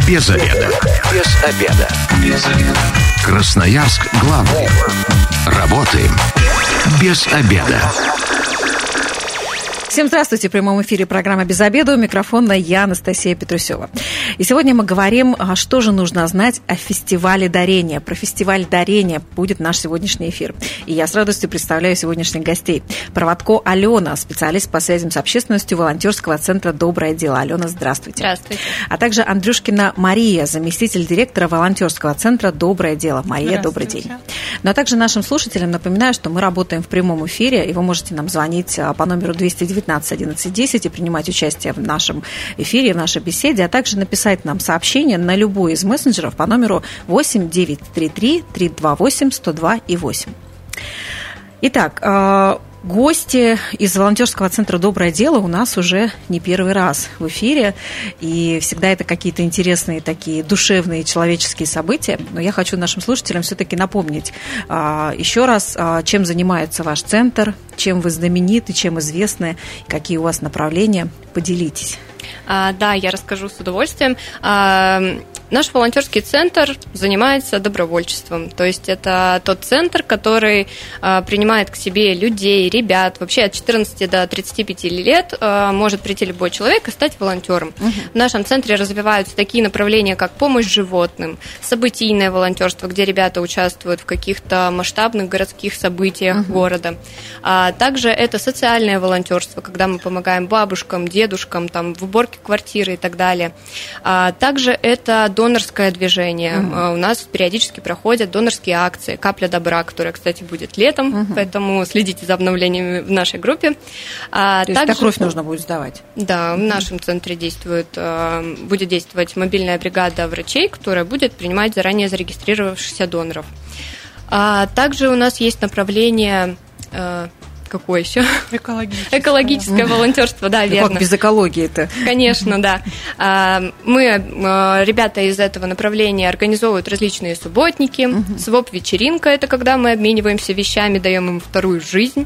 Без обеда. Без обеда. Без обеда. Красноярск главный. Работаем без обеда. Всем здравствуйте. В прямом эфире программа «Без обеда». У микрофона я, Анастасия Петрусева. И сегодня мы говорим, что же нужно знать о фестивале дарения. Про фестиваль дарения будет наш сегодняшний эфир. И я с радостью представляю сегодняшних гостей. Проводко Алена, специалист по связям с общественностью волонтерского центра «Доброе дело». Алена, здравствуйте. Здравствуйте. А также Андрюшкина Мария, заместитель директора волонтерского центра «Доброе дело». Мария, добрый день. Ну а также нашим слушателям напоминаю, что мы работаем в прямом эфире, и вы можете нам звонить по номеру 219 11 10 и принимать участие в нашем эфире, в нашей беседе, а также написать нам сообщение на любой из мессенджеров по номеру 8 933 328 102 и 8. Итак, гости из волонтерского центра «Доброе дело» у нас уже не первый раз в эфире, и всегда это какие-то интересные такие душевные человеческие события. Но я хочу нашим слушателям все-таки напомнить еще раз, чем занимается ваш центр, чем вы знамениты, чем известны, какие у вас направления. Поделитесь. Да, я расскажу с удовольствием. Наш волонтерский центр занимается добровольчеством, то есть это тот центр, который принимает к себе людей, ребят, вообще от 14 до 35 лет может прийти любой человек и стать волонтером. В нашем центре развиваются такие направления, как помощь животным, событийное волонтерство, где ребята участвуют в каких-то масштабных городских событиях города. Также это социальное волонтерство, когда мы помогаем бабушкам, дедушкам там, в уборке квартиры и так далее. Также это донорское движение. У нас периодически проходят донорские акции «Капля добра», которая, кстати, будет летом, поэтому следите за обновлениями в нашей группе. То есть также кровь нужно будет сдавать? Да, в нашем центре будет действовать мобильная бригада врачей, которая будет принимать заранее зарегистрировавшихся доноров. Также у нас есть направление... Какое еще? Экологическое волонтерство, да, верно. Как без экологии-то? Конечно, да. Ребята из этого направления организовывают различные субботники. Своп-вечеринка – это когда мы обмениваемся вещами, даем им вторую жизнь.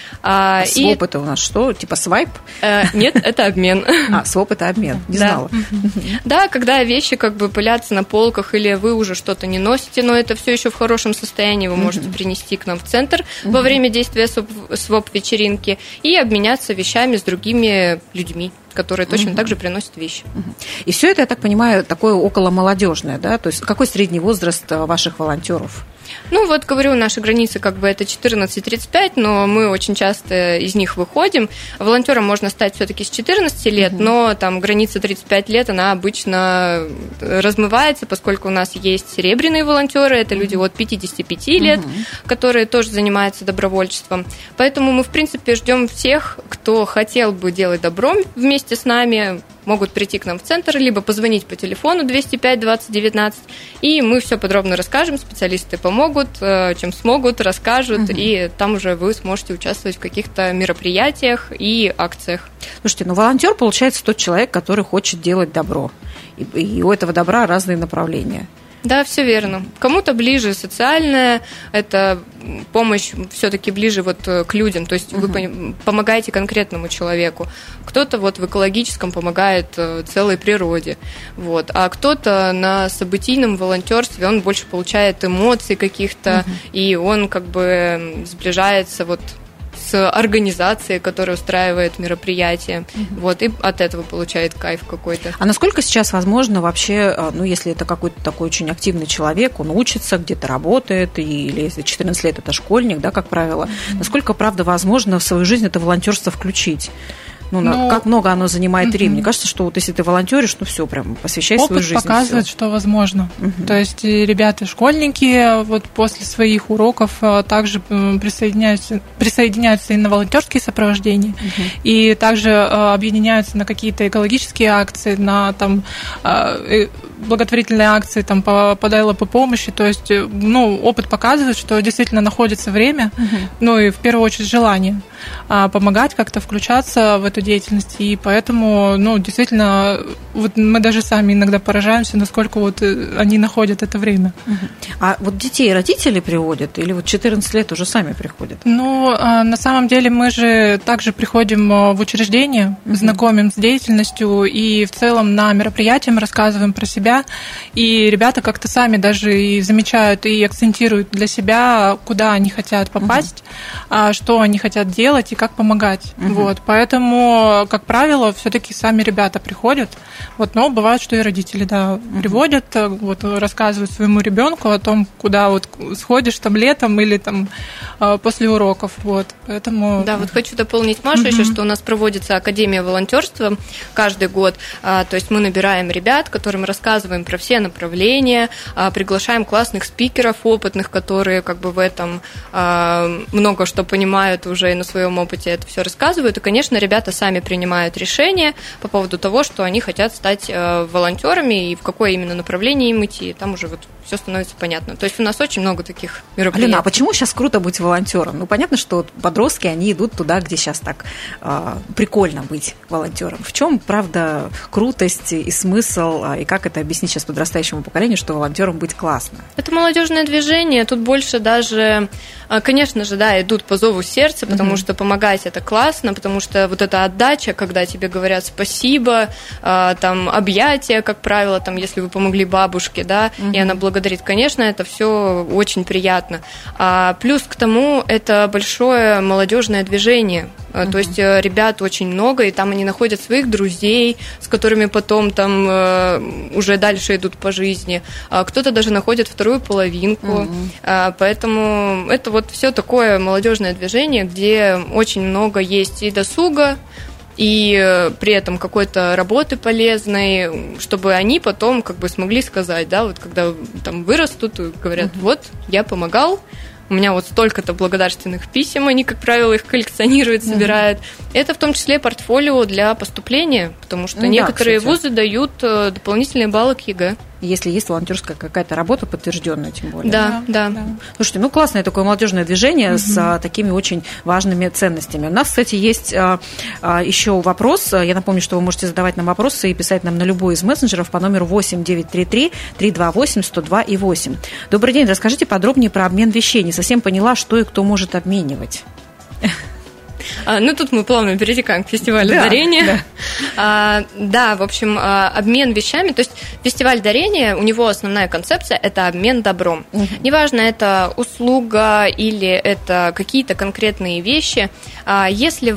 Своп – это у нас что? Типа свайп? Нет, это обмен. Своп – это обмен. Не знала. Да, когда вещи как бы пылятся на полках или вы уже что-то не носите, но это все еще в хорошем состоянии, вы можете принести к нам в центр во время действия своп-вечеринки и обменяться вещами с другими людьми, которые точно так же приносят вещи. И все это, я так понимаю, такое околомолодежное, да? То есть какой средний возраст ваших волонтеров? Ну, вот говорю, наши границы как бы это 14-35, но мы очень часто из них выходим. Волонтером можно стать все-таки с 14 лет, но там граница 35 лет, она обычно размывается, поскольку у нас есть серебряные волонтеры, это люди от 55 лет, которые тоже занимаются добровольчеством. Поэтому мы, в принципе, ждем всех, кто хотел бы делать добро вместе с нами, могут прийти к нам в центр, либо позвонить по телефону 205-20-19, и мы все подробно расскажем, специалисты помогут, чем смогут, расскажут, и там уже вы сможете участвовать в каких-то мероприятиях и акциях. Слушайте, волонтер, получается, тот человек, который хочет делать добро, и у этого добра разные направления. Да, все верно. Кому-то ближе социальная, это помощь все-таки ближе вот к людям, то есть вы помогаете конкретному человеку. Кто-то вот в экологическом помогает целой природе, вот. А кто-то на событийном волонтерстве, он больше получает эмоций каких-то, и он как бы сближается вот с организацией, которая устраивает мероприятие, вот, и от этого получает кайф какой-то. А насколько сейчас возможно вообще, если это какой-то такой очень активный человек, он учится, где-то работает, или если 14 лет это школьник, да, как правило, насколько, правда, возможно в свою жизнь это волонтерство включить? Как много оно занимает времени? Мне кажется, что вот если ты волонтеришь, все, прям посвящай свою жизнь. Опыт показывает, что возможно. То есть ребята, школьники, вот после своих уроков также присоединяются и на волонтерские сопровождения, и также объединяются на какие-то экологические акции, на там благотворительные акции там, по ДЛП помощи. То есть, опыт показывает, что действительно находится время, и в первую очередь желание помогать, как-то включаться в эту эту деятельность, и поэтому, действительно, вот мы даже сами иногда поражаемся, насколько вот они находят это время. А вот детей родители приводят, или вот 14 лет уже сами приходят? На самом деле мы же также приходим в учреждение, знакомим с деятельностью, и в целом на мероприятии мы рассказываем про себя, и ребята как-то сами даже и замечают, и акцентируют для себя, куда они хотят попасть, что они хотят делать и как помогать. Вот, поэтому, как правило, все-таки сами ребята приходят. Вот, но бывает, что и родители, приводят, вот, рассказывают своему ребенку о том, куда вот сходишь там летом или там после уроков. Вот, поэтому... Да, вот хочу дополнить Машу еще, что у нас проводится Академия волонтерства каждый год. То есть мы набираем ребят, которым рассказываем про все направления, приглашаем классных спикеров опытных, которые как бы в этом много что понимают уже и на своем опыте это все рассказывают. И, конечно, ребята сами принимают решение по поводу того, что они хотят стать волонтерами и в какое именно направление им идти. Там уже вот все становится понятно. То есть у нас очень много таких мероприятий. Алена, а почему сейчас круто быть волонтером? Понятно, что подростки, они идут туда, где сейчас так прикольно быть волонтером. В чем, правда, крутость и смысл, и как это объяснить сейчас подрастающему поколению, что волонтером быть классно? Это молодежное движение, тут больше даже, конечно же, идут по зову сердца, потому что помогать это классно, потому что вот эта отдача, когда тебе говорят спасибо, там объятия, как правило, там, если вы помогли бабушке, и она благодарит, конечно, это все очень приятно. Плюс к тому, это большое молодежное движение. То есть ребят очень много, и там они находят своих друзей, с которыми потом там уже дальше идут по жизни. Кто-то даже находит вторую половинку. Поэтому это вот все такое молодежное движение, где очень много есть и досуга, и при этом какой-то работы полезной, чтобы они потом как бы смогли сказать, вот когда там вырастут, говорят, вот, я помогал, у меня вот столько-то благодарственных писем, они, как правило, их коллекционируют, собирают. Это в том числе портфолио для поступления, потому что некоторые вузы дают дополнительные баллы к ЕГЭ. Если есть волонтерская какая-то работа подтвержденная, тем более. Да. Слушайте, классное такое молодежное движение с такими очень важными ценностями. У нас, кстати, есть еще вопрос. Я напомню, что вы можете задавать нам вопросы и писать нам на любой из мессенджеров по номеру 8-933-328-102-8. Добрый день, расскажите подробнее про обмен вещей. Не совсем поняла, что и кто может обменивать. Тут мы плавно перетекаем к фестивалю дарения. Да, в общем, обмен вещами. То есть фестиваль дарения, у него основная концепция – это обмен добром. Неважно, это услуга или это какие-то конкретные вещи. Если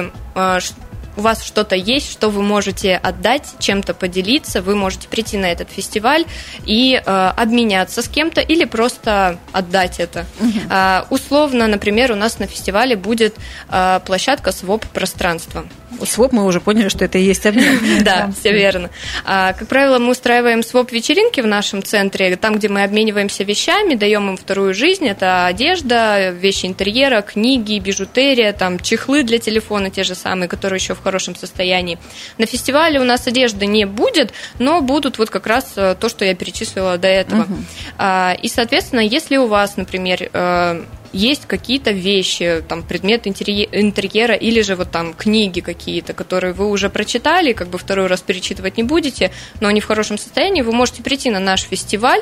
у вас что-то есть, что вы можете отдать, чем-то поделиться, вы можете прийти на этот фестиваль и обменяться с кем-то или просто отдать это. Условно, например, у нас на фестивале будет площадка своп-пространства. Своп, мы уже поняли, что это и есть обмен. Да, все верно. Как правило, мы устраиваем своп-вечеринки в нашем центре, там, где мы обмениваемся вещами, даем им вторую жизнь. Это одежда, вещи интерьера, книги, бижутерия, там, чехлы для телефона, те же самые, которые еще в хорошем состоянии. На фестивале у нас одежды не будет, но будут вот как раз то, что я перечислила до этого. И, соответственно, если у вас, например, есть какие-то вещи, там, предметы интерьера или же вот там книги какие-то, которые вы уже прочитали, как бы второй раз перечитывать не будете, но они в хорошем состоянии, вы можете прийти на наш фестиваль,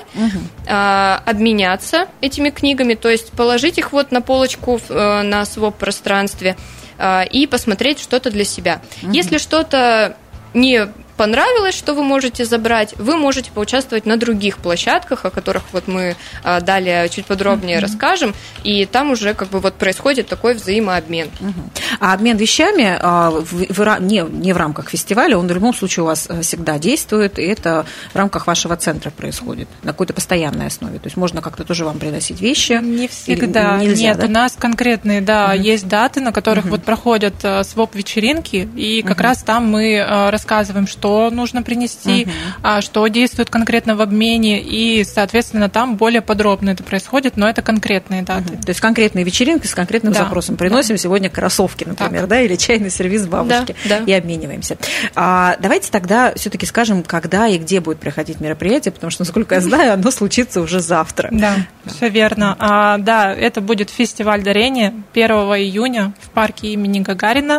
обменяться этими книгами, то есть положить их вот на полочку на своп-пространстве и посмотреть что-то для себя. Если что-то не понравилось, что вы можете забрать, вы можете поучаствовать на других площадках, о которых вот мы далее чуть подробнее расскажем, и там уже как бы вот происходит такой взаимообмен. А обмен вещами не в рамках фестиваля, он в любом случае у вас всегда действует, и это в рамках вашего центра происходит на какой-то постоянной основе. То есть можно как-то тоже вам приносить вещи? Не всегда. Нельзя, Нет, у нас конкретные, есть даты, на которых вот проходят своп-вечеринки, и как раз там мы рассказываем, что что нужно принести, что действует конкретно в обмене, и, соответственно, там более подробно это происходит, но это конкретные даты. То есть конкретные вечеринки с конкретным запросом. Приносим сегодня кроссовки, например, или чайный сервиз бабушки, и обмениваемся. Давайте тогда все-таки скажем, когда и где будет проходить мероприятие, потому что, насколько я знаю, оно случится уже завтра. Да, все верно. Да, это будет фестиваль дарения 1 июня в парке имени Гагарина.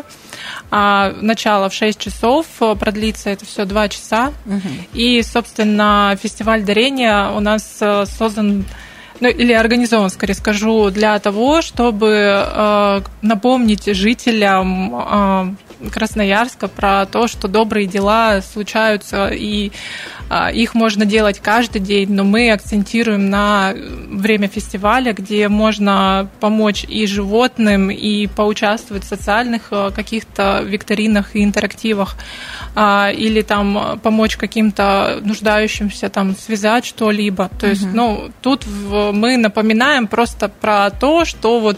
Начало в 6 часов, продлится это все 2 часа. И, собственно, фестиваль дарения у нас создан, или организован, скорее скажу, для того, чтобы напомнить жителям Красноярска про то, что добрые дела случаются, и их можно делать каждый день, но мы акцентируем на время фестиваля, где можно помочь и животным, и поучаствовать в социальных каких-то викторинах и интерактивах, или там помочь каким-то нуждающимся, там, связать что-либо. То есть, тут мы напоминаем просто про то, что вот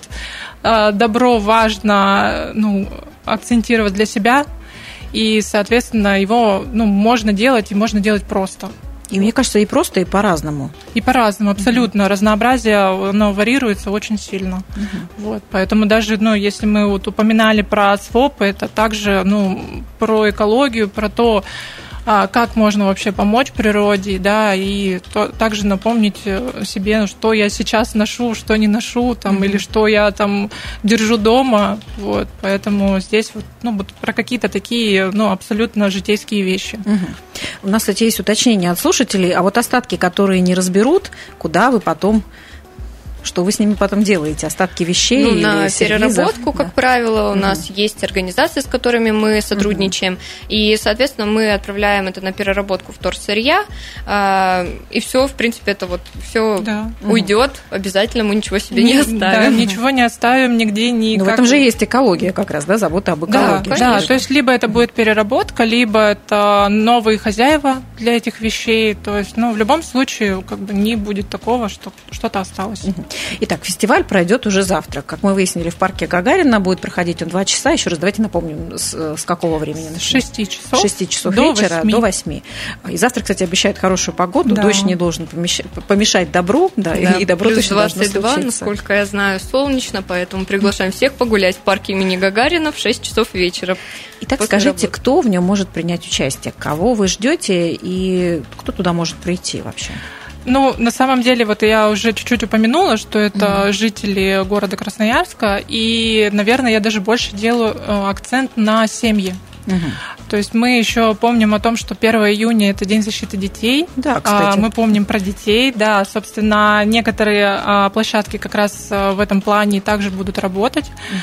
добро важно, акцентировать для себя, и, соответственно, его можно делать, и можно делать просто. И мне кажется, и просто, и по-разному. И по-разному, абсолютно. Разнообразие, оно варьируется очень сильно. Вот, поэтому даже, если мы вот упоминали про СФОП, это также, про экологию, про то, как можно вообще помочь природе, да, и также напомнить себе, что я сейчас ношу, что не ношу, там, или что я там держу дома, вот, поэтому здесь вот, про какие-то такие, абсолютно житейские вещи. У нас, кстати, есть уточнение от слушателей, а вот остатки, которые не разберут, куда вы потом... Что вы с ними потом делаете? Остатки вещей или на сервизов? переработку, как правило, у нас есть организации, с которыми мы сотрудничаем, и, соответственно, мы отправляем это на переработку вторсырья, и все, в принципе, это вот все уйдет, обязательно мы ничего себе не оставим. Да, ничего не оставим нигде, никак. Но в этом же есть экология как раз, да, забота об экологии. Да, то есть либо это будет переработка, либо это новые хозяева для этих вещей, то есть, в любом случае, не будет такого, что что-то осталось. Итак, фестиваль пройдет уже завтра. Как мы выяснили, в парке Гагарина будет проходить он 2 часа. Еще раз давайте напомним, с какого времени? С 6 часов. С 6 часов вечера до 8. И завтра, кстати, обещают хорошую погоду. Да. Дождь не должен помешать добру. И добро плюс точно должно 22, случиться. насколько я знаю, солнечно, поэтому приглашаем всех погулять в парке имени Гагарина в 6 часов вечера. Итак, скажите, кто в нем может принять участие? Кого вы ждете и кто туда может прийти вообще? На самом деле, вот я уже чуть-чуть упомянула, что это жители города Красноярска, и, наверное, я даже больше делаю акцент на семьи. То есть мы еще помним о том, что 1 июня – это День защиты детей. Да, кстати. Мы помним про детей, да. Собственно, некоторые площадки как раз в этом плане также будут работать.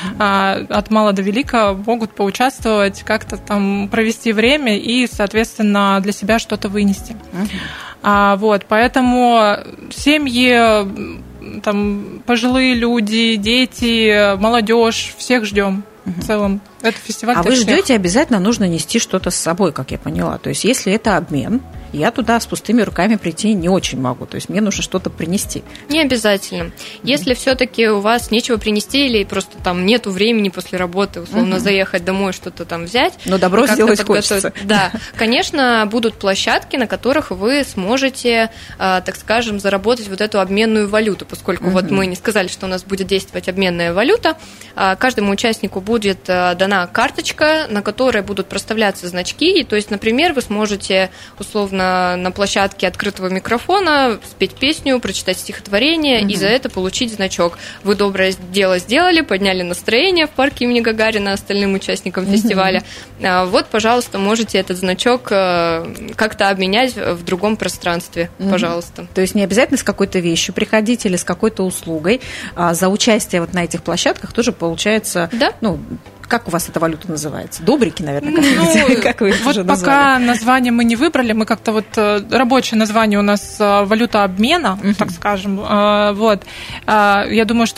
От мала до велика могут поучаствовать, как-то там провести время и, соответственно, для себя что-то вынести. Вот, поэтому семьи, там, пожилые люди, дети, молодежь, всех ждем. В целом, это фестиваль. А вы ждете, обязательно нужно нести что-то с собой, как я поняла. То есть, если это обмен, я туда с пустыми руками прийти не очень могу. То есть, мне нужно что-то принести. Не обязательно. Если все-таки у вас нечего принести или просто там нету времени после работы, условно, заехать домой, что-то там взять. Но добро сделать хочется. Да, конечно, будут площадки, на которых вы сможете, так скажем, заработать вот эту обменную валюту, поскольку вот мы не сказали, что у нас будет действовать обменная валюта. Каждому участнику будет дана карточка, на которой будут проставляться значки. И, то есть, например, вы сможете условно на площадке открытого микрофона спеть песню, прочитать стихотворение и за это получить значок. Вы доброе дело сделали, подняли настроение в парке имени Гагарина остальным участникам фестиваля. Вот, пожалуйста, можете этот значок как-то обменять в другом пространстве, пожалуйста. То есть не обязательно с какой-то вещью приходить или с какой-то услугой. За участие вот на этих площадках тоже получается... Да. Как у вас эта валюта называется? Добрики, наверное, как вы их уже назвали? Пока название мы не выбрали, мы как-то вот рабочее название у нас валюта обмена, так скажем. Вот. Я думаю, что в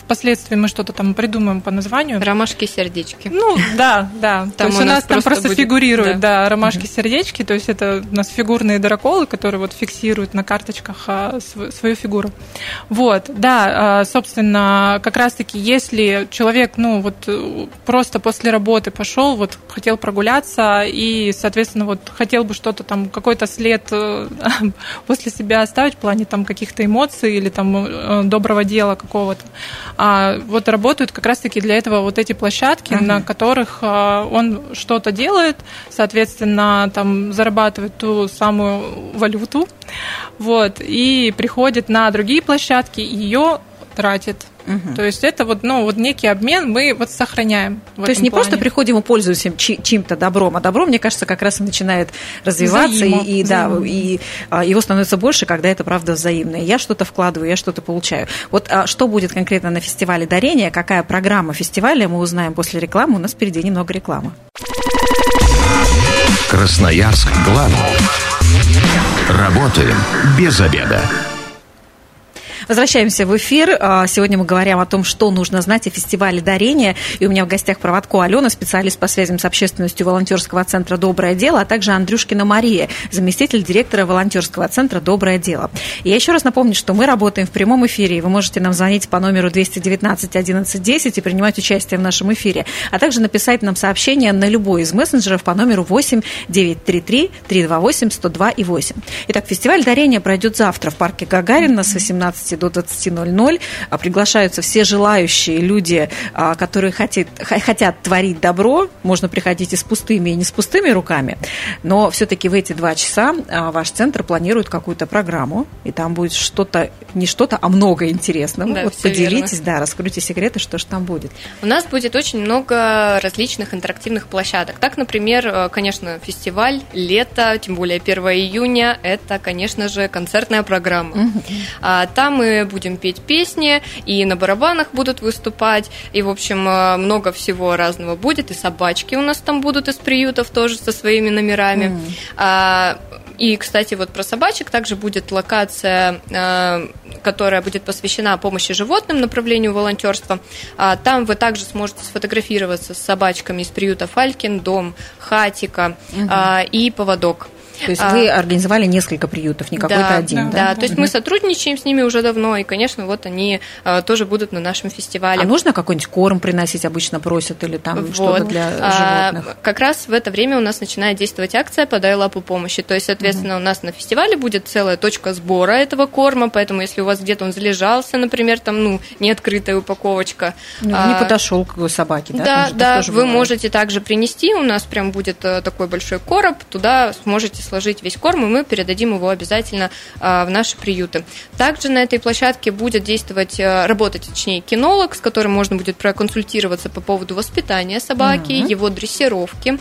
впоследствии мы что-то там придумаем по названию. Ромашки-сердечки. Ну, да. То есть у нас там просто будет, фигурируют, ромашки-сердечки, то есть это у нас фигурные драколы, которые вот фиксируют на карточках свою фигуру. Вот, да, собственно, как раз-таки, если человек, ну, вот просто после работы пошел, вот хотел прогуляться и, соответственно, вот хотел бы что-то там, какой-то след после себя оставить в плане там каких-то эмоций или там доброго дела какого-то, вот работают как раз-таки для этого вот эти площадки, на которых он что-то делает, соответственно, там зарабатывает ту самую валюту, вот, и приходит на другие площадки и ее тратит. То есть это вот, ну, вот некий обмен мы вот сохраняем. То есть не плане. Просто приходим и пользуемся чьим-то добром, а добро, мне кажется, как раз и начинает развиваться, и его становится больше, когда это, правда, взаимно. Я что-то вкладываю, я что-то получаю. Вот что будет конкретно на фестивале дарения, какая программа фестиваля, мы узнаем после рекламы. У нас впереди немного рекламы. Красноярск главный. Работаем без обеда. Возвращаемся в эфир. Сегодня мы говорим о том, что нужно знать о фестивале дарения. И у меня в гостях Проводко Алена, специалист по связям с общественностью волонтерского центра «Доброе дело», а также Андрюшкина Мария, заместитель директора волонтерского центра «Доброе дело». И я еще раз напомню, что мы работаем в прямом эфире, и вы можете нам звонить по номеру 219 11 10 и принимать участие в нашем эфире, а также написать нам сообщение на любой из мессенджеров по номеру 8 933 328 102 и 8. Итак, фестиваль дарения пройдет завтра в парке Гагарина с 18 до 20:00. Приглашаются все желающие люди, которые хотят творить добро. Можно приходить и с пустыми, и не с пустыми руками. Но все-таки в эти 2 часа ваш центр планирует какую-то программу, и там будет что-то, не что-то, а много интересного. Да, вот поделитесь, раскройте секреты, что же там будет. У нас будет очень много различных интерактивных площадок. Так, например, конечно, фестиваль, лето, тем более 1 июня, это, конечно же, концертная программа. Там мы будем петь песни, и на барабанах будут выступать, и, в общем, много всего разного будет, и собачки у нас там будут из приютов тоже со своими номерами. И, кстати, вот про собачек также будет локация, которая будет посвящена помощи животным, направлению волонтерства. Там вы также сможете сфотографироваться с собачками из приюта Фалькин, дом, Хатика и поводок. То есть вы организовали несколько приютов, не какой-то один, да? Да, то есть мы сотрудничаем с ними уже давно, и, конечно, вот они тоже будут на нашем фестивале. А нужно какой-нибудь корм приносить, обычно просят, или там что-то для животных? Как раз в это время у нас начинает действовать акция «Подай лапу помощи». То есть, соответственно, у нас на фестивале будет целая точка сбора этого корма, поэтому если у вас где-то он залежался, например, там, неоткрытая упаковочка. Не подошел к собаке, да? Да, вы можете также принести, у нас прям будет такой большой короб, туда сможете сложить весь корм, и мы передадим его обязательно в наши приюты. Также на этой площадке будет работать кинолог, с которым можно будет проконсультироваться по поводу воспитания собаки, его дрессировки.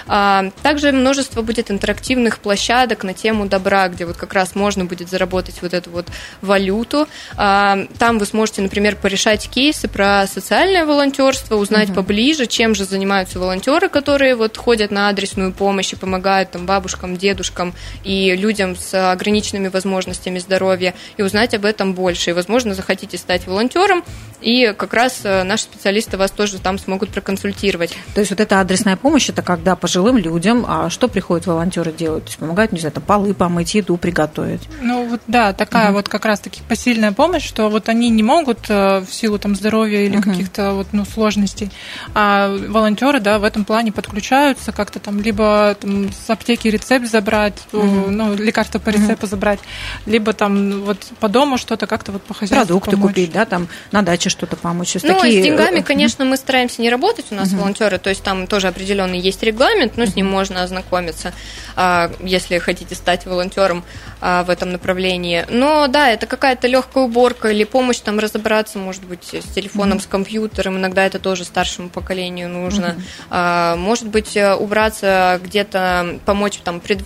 Также множество будет интерактивных площадок на тему добра, где вот как раз можно будет заработать вот эту вот валюту. Там вы сможете, например, порешать кейсы про социальное волонтерство, узнать поближе, чем же занимаются волонтеры, которые вот ходят на адресную помощь и помогают там бабушкам, дедушкам и людям с ограниченными возможностями здоровья, и узнать об этом больше. И, возможно, захотите стать волонтером, и как раз наши специалисты вас тоже там смогут проконсультировать. То есть вот эта адресная помощь, это когда пожилым людям, что приходят волонтеры делать? То есть помогают, не знаю, там, полы помыть, еду приготовить? Ну вот да, такая вот как раз-таки посильная помощь, что вот они не могут в силу там здоровья или каких-то вот, сложностей, а волонтеры, да, в этом плане подключаются как-то там, либо там с аптеки рецепт забрать, лекарства по рецепту забрать, либо там вот по дому что-то как-то вот по хозяйству продукты помочь. Купить, да, там на даче что-то помочь. С деньгами, конечно, мы стараемся не работать, у нас волонтеры, то есть там тоже определенный есть регламент, но с ним можно ознакомиться, если хотите стать волонтером в этом направлении. Но да, это какая-то легкая уборка или помощь там разобраться, может быть, с телефоном, с компьютером, иногда это тоже старшему поколению нужно. Может быть, убраться где-то, помочь там при дворовых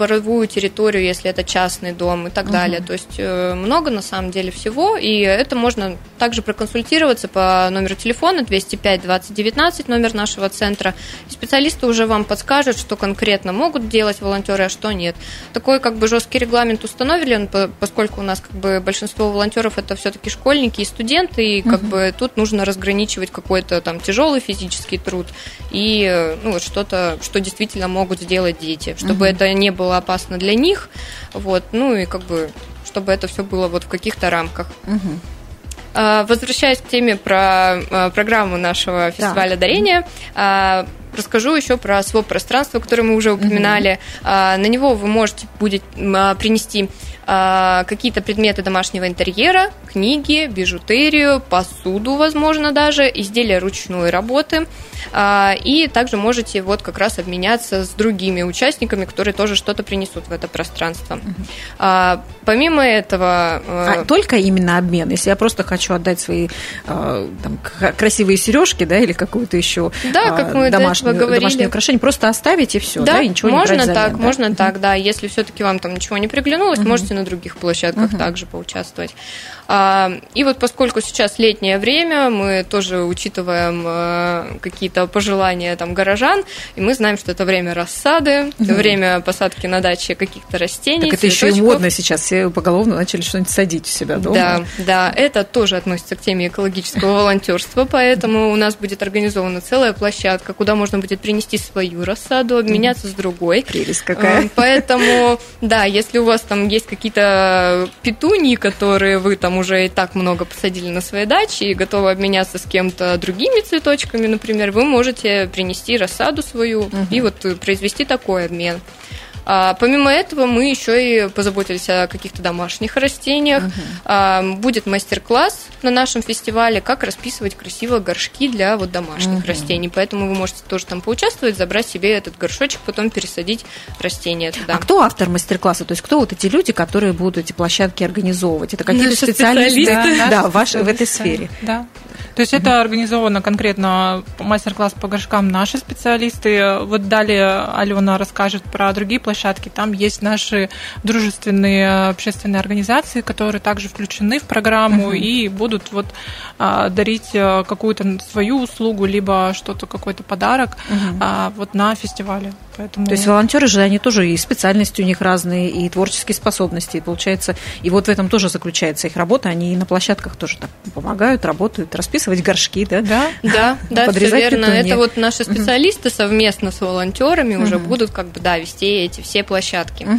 придворовую территорию, если это частный дом и так далее. То есть много на самом деле всего, и это можно также проконсультироваться по номеру телефона 205-2019, номер нашего центра. И специалисты уже вам подскажут, что конкретно могут делать волонтеры, а что нет. Такой как бы жесткий регламент установлен, поскольку у нас как бы большинство волонтеров это все-таки школьники и студенты, и как бы тут нужно разграничивать какой-то там тяжелый физический труд и вот что-то, что действительно могут сделать дети, чтобы это не было опасно для них, вот, ну и как бы чтобы это все было вот в каких-то рамках. Возвращаясь к теме про программу нашего фестиваля дарения, расскажу еще про своп-пространство, которое мы уже упоминали. На него вы можете будете принести какие-то предметы домашнего интерьера, книги, бижутерию, посуду, возможно, даже, изделия ручной работы. И также можете вот как раз обменяться с другими участниками, которые тоже что-то принесут в это пространство. Помимо этого... только именно обмен? Если я просто хочу отдать свои там, красивые сережки, да, или какую-то еще домашнее украшение, просто оставить и все, да, и ничего не брать взамен, можно так, да. Если все-таки вам там ничего не приглянулось, можете на других площадках также поучаствовать. И вот поскольку сейчас летнее время, мы тоже учитываем какие-то пожелания там горожан, и мы знаем, что это время рассады, время посадки на даче каких-то растений, так это еще и модно сейчас, все поголовно начали что-нибудь садить у себя дома. Да, это тоже относится к теме экологического волонтерства, поэтому у нас будет организована целая площадка, куда можно будет принести свою рассаду, обменяться с другой. Прелесть какая. Поэтому, да, если у вас там есть какие-то петунии, которые вы там уже и так много посадили на своей даче и готовы обменяться с кем-то другими цветочками, например, вы можете принести рассаду свою и вот произвести такой обмен. Помимо этого мы еще и позаботились о каких-то домашних растениях. Будет мастер-класс на нашем фестивале, как расписывать красиво горшки для вот домашних растений. Поэтому вы можете тоже там поучаствовать, забрать себе этот горшочек, потом пересадить растения туда. А кто автор мастер-класса? То есть кто вот эти люди, которые будут эти площадки организовывать? Это какие-то специалисты в этой сфере? Да. То есть это организовано конкретно мастер-класс по горшкам наши специалисты. Вот далее Алена расскажет про другие площадки. Там есть наши дружественные общественные организации, которые также включены в программу и будут вот дарить какую-то свою услугу, либо что-то, какой-то подарок вот на фестивале. Поэтому... То есть волонтеры же, они тоже и специальности у них разные, и творческие способности, и получается, и вот в этом тоже заключается их работа, они и на площадках тоже так помогают, работают, расписывать горшки, да? Да, все верно. Это вот наши специалисты совместно с волонтерами уже будут как бы, да, вести эти все площадки.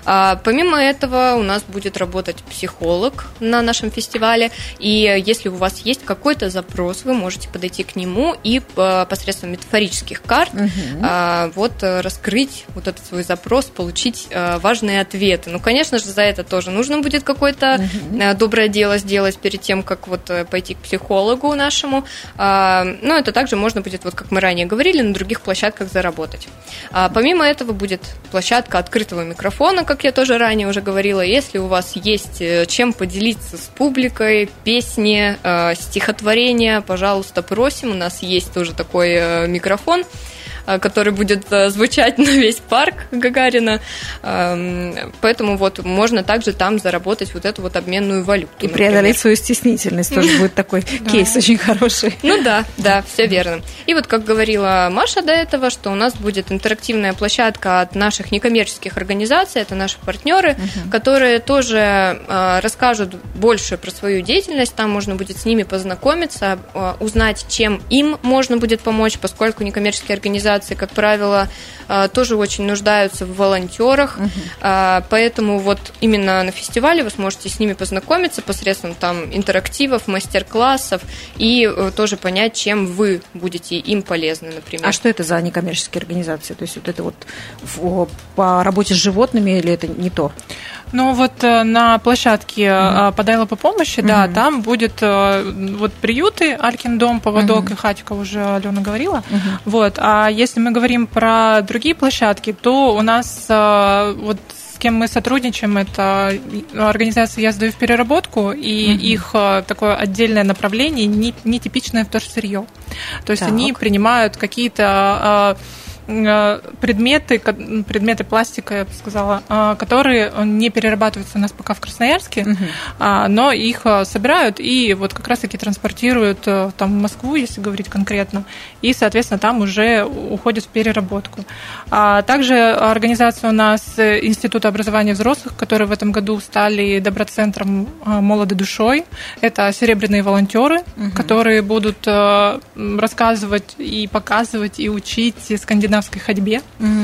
Помимо этого у нас будет работать психолог на нашем фестивале, и если у вас есть какой-то запрос, вы можете подойти к нему и посредством метафорических карт вот раскрыть вот этот свой запрос, получить важные ответы. Ну, конечно же, за это тоже нужно будет какое-то доброе дело сделать перед тем, как вот пойти к психологу нашему. Но это также можно будет, вот как мы ранее говорили, на других площадках заработать. Помимо этого будет площадка открытого микрофона, как я тоже ранее уже говорила. Если у вас есть чем поделиться с публикой, песни, стихотворения, пожалуйста, просим. У нас есть тоже такой микрофон, который будет звучать на весь парк Гагарина. Поэтому вот можно также там заработать вот эту вот обменную валюту. И преодолеть свою стеснительность тоже будет такой кейс очень хороший. Ну да, все верно. И вот как говорила Маша до этого, что у нас будет интерактивная площадка от наших некоммерческих организаций, это наши партнеры, которые тоже расскажут больше про свою деятельность, там можно будет с ними познакомиться, узнать, чем им можно будет помочь, поскольку некоммерческие организации, как правило, тоже очень нуждаются в волонтерах, поэтому вот именно на фестивале вы сможете с ними познакомиться посредством там интерактивов, мастер-классов и тоже понять, чем вы будете им полезны, например. А что это за некоммерческие организации? То есть вот это вот по работе с животными или это не то? Ну вот на площадке «Подай лапу помощи», да, там будет вот приюты, Алькин дом, поводок и хатика, уже Алена говорила. Вот. А если мы говорим про другие площадки, то у нас вот с кем мы сотрудничаем, это организация «Я сдаю в переработку», и их такое отдельное направление, нетипичное вторсырье. То есть они принимают какие-то предметы пластика, я бы сказала, которые не перерабатываются у нас пока в Красноярске, но их собирают и вот как раз-таки транспортируют там, в Москву, если говорить конкретно, и, соответственно, там уже уходят в переработку. Также организация у нас Института образования взрослых, которые в этом году стали доброцентром «Молоды душой». Это серебряные волонтеры, которые будут рассказывать и показывать, и учить скандинавской ходьбе.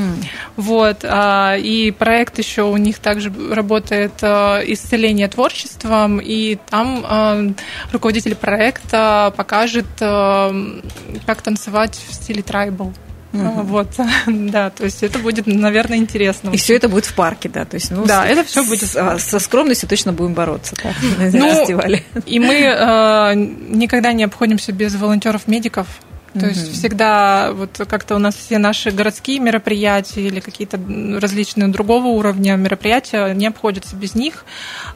Вот. И проект еще у них также работает «Исцеление творчеством», и там руководитель проекта покажет, как танцевать в стиле трайбл. Вот, да, то есть это будет, наверное, интересно. И все это будет в парке, да, то есть, да, это все будет со скромностью точно будем бороться, да, на фестивале. И мы никогда не обходимся без волонтеров-медиков. То есть всегда вот как-то у нас все наши городские мероприятия или какие-то различные другого уровня мероприятия не обходятся без них.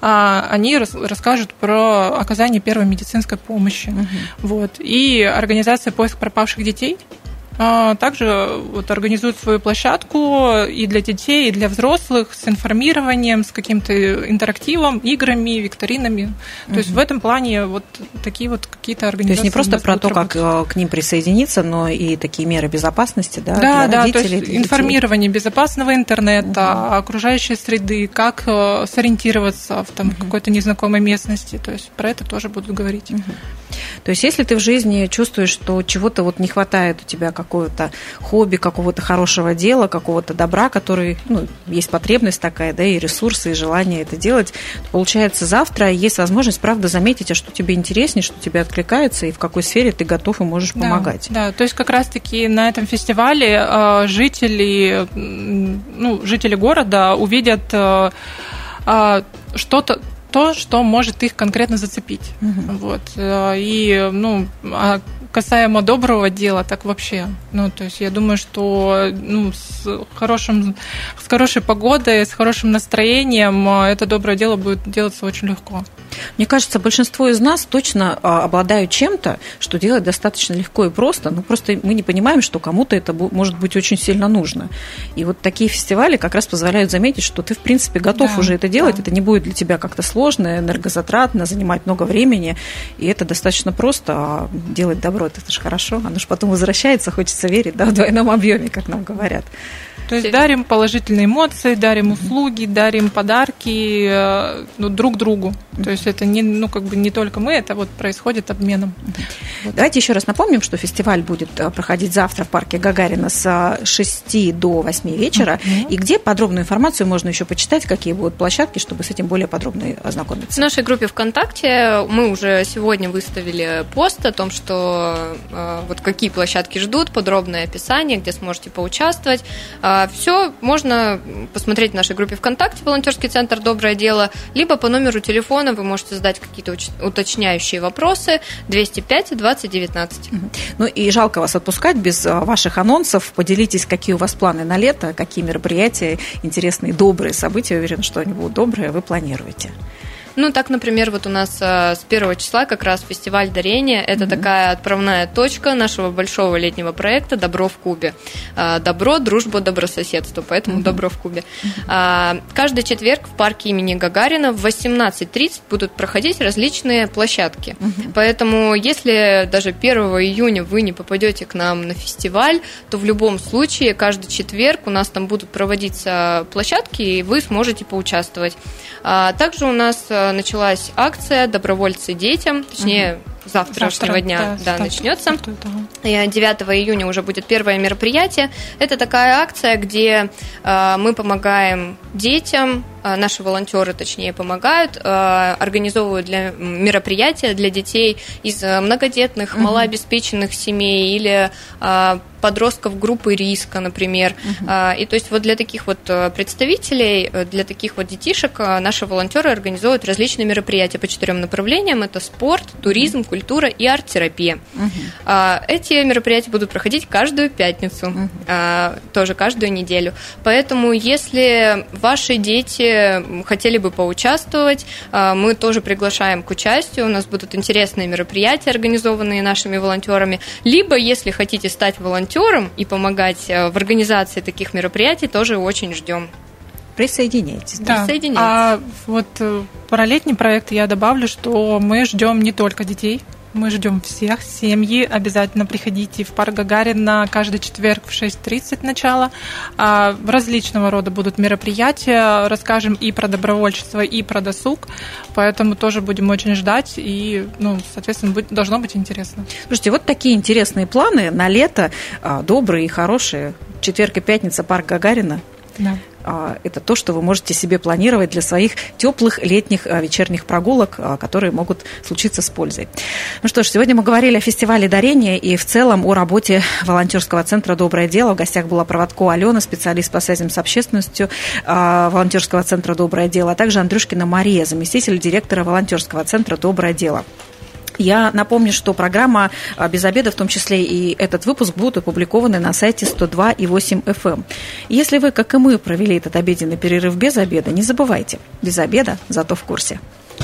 Они расскажут про оказание первой медицинской помощи. Вот. И организация «Поиск пропавших детей» также вот организует свою площадку и для детей, и для взрослых с информированием, с каким-то интерактивом, играми, викторинами. То есть в этом плане вот такие вот какие-то организации. То есть не просто про то, как к ним присоединиться, но и такие меры безопасности, да, для родителей, то есть информирование безопасного интернета, окружающей среды, как сориентироваться в там, какой-то незнакомой местности. То есть про это тоже будут говорить. То есть если ты в жизни чувствуешь, что чего-то вот не хватает у тебя, какого-то хобби, какого-то хорошего дела, какого-то добра, который, есть потребность такая, да, и ресурсы, и желание это делать, то, получается, завтра есть возможность, правда, заметить, а что тебе интереснее, что тебе откликается, и в какой сфере ты готов и можешь помогать. Да, то есть как раз-таки на этом фестивале жители города увидят что-то, то, что может их конкретно зацепить. Вот. И, касаемо доброго дела, так вообще. То есть я думаю, что с хорошей погодой, с хорошим настроением это доброе дело будет делаться очень легко. Мне кажется, большинство из нас точно обладают чем-то, что делать достаточно легко и просто, просто мы не понимаем, что кому-то это может быть очень сильно нужно. И вот такие фестивали как раз позволяют заметить, что ты, в принципе, готов уже это делать, это не будет для тебя как-то сложно, энергозатратно, занимать много времени, и это достаточно просто, а делать добро, это же хорошо, оно же потом возвращается, хочется верить, да, в двойном объеме, как нам говорят. То есть дарим положительные эмоции, дарим услуги, дарим подарки друг другу. То есть это не только мы, это вот происходит обменом. Давайте еще раз напомним, что фестиваль будет проходить завтра в парке Гагарина с 6 до 8 вечера. И где подробную информацию можно еще почитать, какие будут площадки, чтобы с этим более подробно ознакомиться? В нашей группе ВКонтакте мы уже сегодня выставили пост о том, что вот какие площадки ждут, подробное описание, где сможете поучаствовать. Все можно посмотреть в нашей группе ВКонтакте «Волонтерский центр «Доброе дело», либо по номеру телефона вы можете задать какие-то уточняющие вопросы 205-2019. И жалко вас отпускать без ваших анонсов. Поделитесь, какие у вас планы на лето, какие мероприятия, интересные, добрые события. Я уверена, что они будут добрые, вы планируете. Так, например, вот у нас с 1 числа как раз фестиваль дарения. Это такая отправная точка нашего большого летнего проекта «Добро в Кубе». Добро, дружба, добрососедство, поэтому «Добро в Кубе». Каждый четверг в парке имени Гагарина в 18:30 будут проходить различные площадки. Поэтому, если даже 1 июня вы не попадете к нам на фестиваль, то в любом случае каждый четверг у нас там будут проводиться площадки, и вы сможете поучаствовать. Также у нас началась акция «Добровольцы детям», точнее, завтрашнего дня начнется. 9 июня уже будет первое мероприятие. Это такая акция, где мы помогаем детям, наши волонтеры, точнее, помогают, организовывают мероприятия для детей из многодетных, малообеспеченных семей или подростков группы риска, например. И то есть вот для таких вот представителей, для таких вот детишек наши волонтеры организуют различные мероприятия по 4 направлениям. Это спорт, туризм, культура и арт-терапия. Эти мероприятия будут проходить каждую пятницу, тоже каждую неделю. Поэтому если ваши дети хотели бы поучаствовать, мы тоже приглашаем к участию. У нас будут интересные мероприятия, организованные нашими волонтерами. Либо, если хотите стать волонтером, волонтером и помогать в организации таких мероприятий, тоже очень ждем. Присоединяйтесь. Да. Присоединяйтесь. А вот про летний проект я добавлю, что мы ждем не только детей, мы ждем всех, семьи. Обязательно приходите в парк Гагарина каждый четверг в 6:30 начало. Различного рода будут мероприятия. Расскажем и про добровольчество, и про досуг. Поэтому тоже будем очень ждать. И, соответственно, должно быть интересно. Слушайте, вот такие интересные планы на лето. Добрые и хорошие. Четверг и пятница, парк Гагарина. Да. Это то, что вы можете себе планировать для своих теплых летних вечерних прогулок, которые могут случиться с пользой. Ну что ж, сегодня мы говорили о фестивале дарения и в целом о работе волонтерского центра «Доброе дело». В гостях была Проводко Алена, специалист по связям с общественностью волонтерского центра «Доброе дело», а также Андрюшкина Мария, заместитель директора волонтерского центра «Доброе дело». Я напомню, что программа «Без обеда», в том числе и этот выпуск, будут опубликованы на сайте 102.8 FM. Если вы, как и мы, провели этот обеденный перерыв без обеда, не забывайте, без обеда, зато в курсе.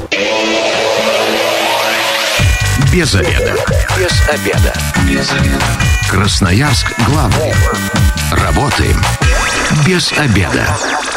Без обеда. Без обеда. Без обеда. Красноярск главный. Работаем без обеда.